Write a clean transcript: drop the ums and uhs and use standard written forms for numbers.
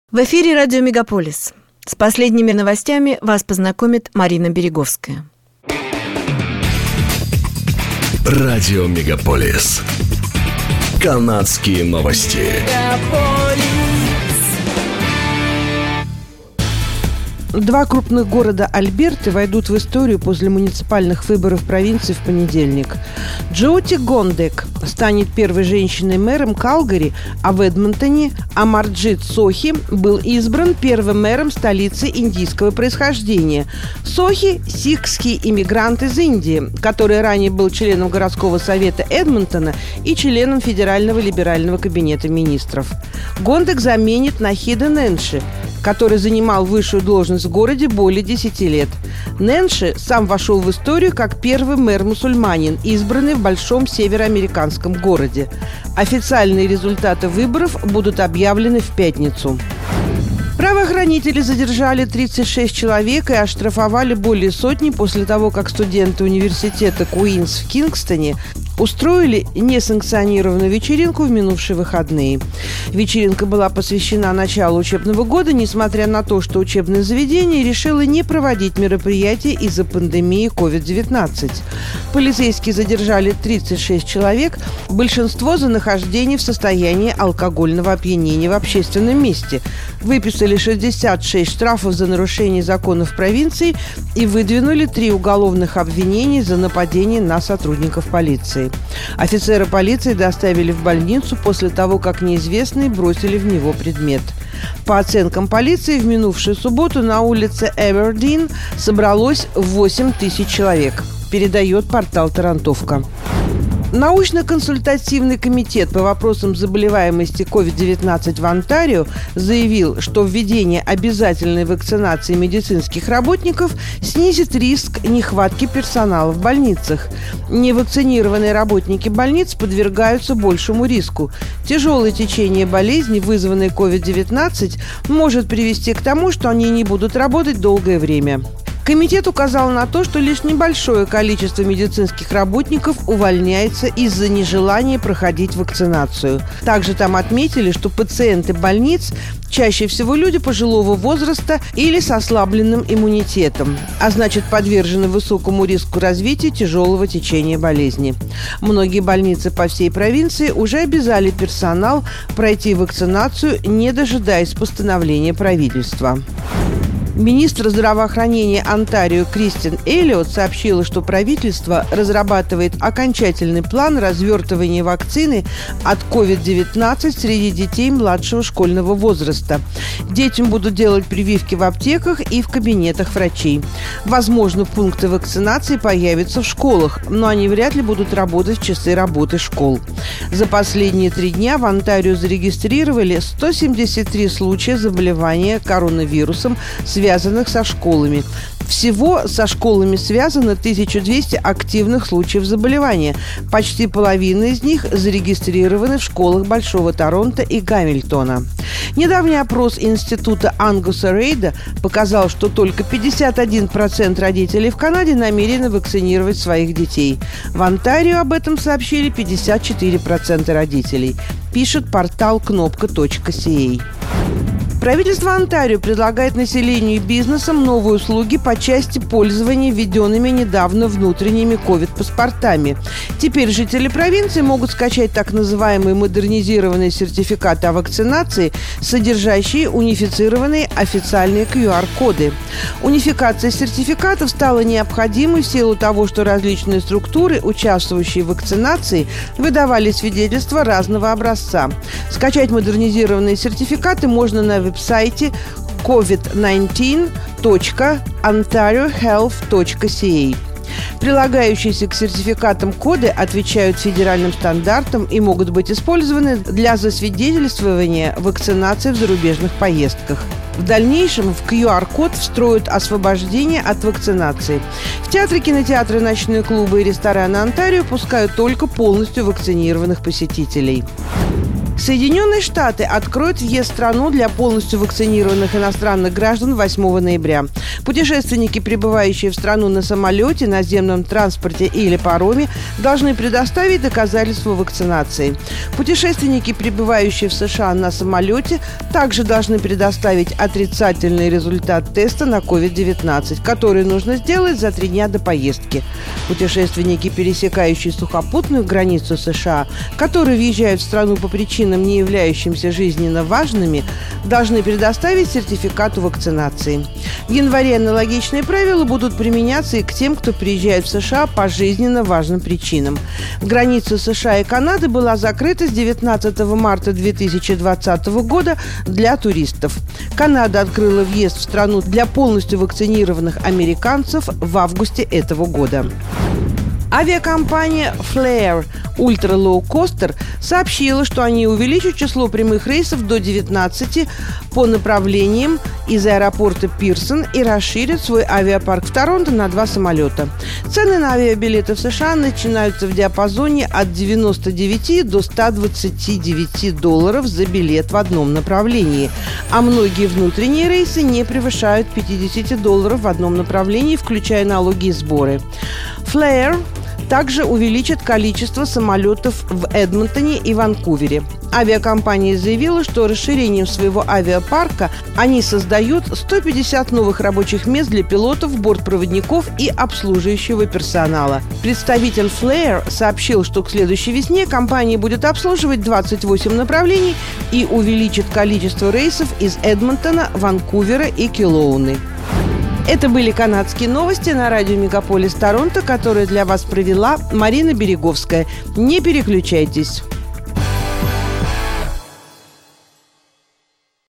В эфире радио «Мегаполис». С последними новостями вас познакомит Марина Береговская. Радио «Мегаполис». Канадские новости. Два крупных города Альберты войдут в историю после муниципальных выборов провинции в понедельник. Джоути Гондек станет первой женщиной-мэром Калгари, а в Эдмонтоне Амарджит Сохи был избран первым мэром столицы индийского происхождения. Сохи – сикхский иммигрант из Индии, который ранее был членом городского совета Эдмонтона и членом Федерального либерального кабинета министров. Гондек заменит Нахида Ненши, который занимал высшую должность в городе более 10 лет. Ненши сам вошел в историю как первый мэр-мусульманин, избранный в большом североамериканском городе. Официальные результаты выборов будут объявлены в пятницу. Правоохранители задержали 36 человек и оштрафовали более сотни после того, как студенты университета Куинс в Кингстоне устроили несанкционированную вечеринку в минувшие выходные. Вечеринка была посвящена началу учебного года, несмотря на то, что учебное заведение решило не проводить мероприятия из-за пандемии COVID-19. Полицейские задержали 36 человек, большинство за нахождение в состоянии алкогольного опьянения в общественном месте. Выписали 66 штрафов за нарушение законов провинции и выдвинули 3 уголовных обвинений за нападение на сотрудников полиции. Офицера полиции доставили в больницу после того, как неизвестные бросили в него предмет. По оценкам полиции, в минувшую субботу на улице Эвердин собралось 8 тысяч человек, передает портал «Тарантовка». Научно-консультативный комитет по вопросам заболеваемости COVID-19 в Онтарио заявил, что введение обязательной вакцинации медицинских работников снизит риск нехватки персонала в больницах. Невакцинированные работники больниц подвергаются большему риску. Тяжелое течение болезни, вызванной COVID-19, может привести к тому, что они не будут работать долгое время. Комитет указал на то, что лишь небольшое количество медицинских работников увольняется из-за нежелания проходить вакцинацию. Также там отметили, что пациенты больниц чаще всего люди пожилого возраста или с ослабленным иммунитетом, а значит подвержены высокому риску развития тяжелого течения болезни. Многие больницы по всей провинции уже обязали персонал пройти вакцинацию, не дожидаясь постановления правительства. Министр здравоохранения Онтарио Кристин Эллиот сообщила, что правительство разрабатывает окончательный план развертывания вакцины от COVID-19 среди детей младшего школьного возраста. Детям будут делать прививки в аптеках и в кабинетах врачей. Возможно, пункты вакцинации появятся в школах, но они вряд ли будут работать в часы работы школ. За последние 3 дня в Онтарио зарегистрировали 173 случая заболевания коронавирусом, связанных со школами. Всего со школами связано 1200 активных случаев заболевания. Почти половина из них зарегистрированы в школах Большого Торонто и Гамильтона. Недавний опрос института Ангуса Рейда показал, что только 51% родителей в Канаде намерены вакцинировать своих детей. В Онтарио об этом сообщили 54% родителей, пишет портал knopka.ca. Правительство Онтарио предлагает населению и бизнесам новые услуги по части пользования введенными недавно внутренними COVID-паспортами. Теперь жители провинции могут скачать так называемые модернизированные сертификаты о вакцинации, содержащие унифицированные официальные QR-коды. Унификация сертификатов стала необходимой в силу того, что различные структуры, участвующие в вакцинации, выдавали свидетельства разного образца. Скачать модернизированные сертификаты можно на веб-сайте covid19.ontariohealth.ca. Прилагающиеся к сертификатам коды отвечают федеральным стандартам и могут быть использованы для засвидетельствования вакцинации в зарубежных поездках. В дальнейшем в QR-код встроят освобождение от вакцинации. В театры, кинотеатры, ночные клубы и рестораны Онтарио пускают только полностью вакцинированных посетителей. Соединенные Штаты откроют въезд в страну для полностью вакцинированных иностранных граждан 8 ноября. Путешественники, прибывающие в страну на самолете, наземном транспорте или пароме, должны предоставить доказательства вакцинации. Путешественники, прибывающие в США на самолете, также должны предоставить отрицательный результат теста на COVID-19, который нужно сделать за 3 дня до поездки. Путешественники, пересекающие сухопутную границу США, которые въезжают в страну по причинам, не являющимся жизненно важными, должны предоставить сертификат о вакцинации. В январе аналогичные правила будут применяться и к тем, кто приезжает в США по жизненно важным причинам. Граница США и Канады была закрыта с 19 марта 2020 года для туристов. Канада открыла въезд в страну для полностью вакцинированных американцев в августе этого года. Авиакомпания Flair Ultra Low Coaster сообщила, что они увеличат число прямых рейсов до 19 по направлениям из аэропорта Пирсон и расширят свой авиапарк в Торонто на 2 самолета. Цены на авиабилеты в США начинаются в диапазоне от 99 до 129 долларов за билет в одном направлении, а многие внутренние рейсы не превышают 50 долларов в одном направлении, включая налоги и сборы. Flair также увеличит количество самолетов в Эдмонтоне и Ванкувере. Авиакомпания заявила, что расширением своего авиапарка они создают 150 новых рабочих мест для пилотов, бортпроводников и обслуживающего персонала. Представитель Flair сообщил, что к следующей весне компания будет обслуживать 28 направлений и увеличит количество рейсов из Эдмонтона, Ванкувера и Келоуны. Это были канадские новости на радио Мегаполис Торонто, которые для вас провела Марина Береговская. Не переключайтесь.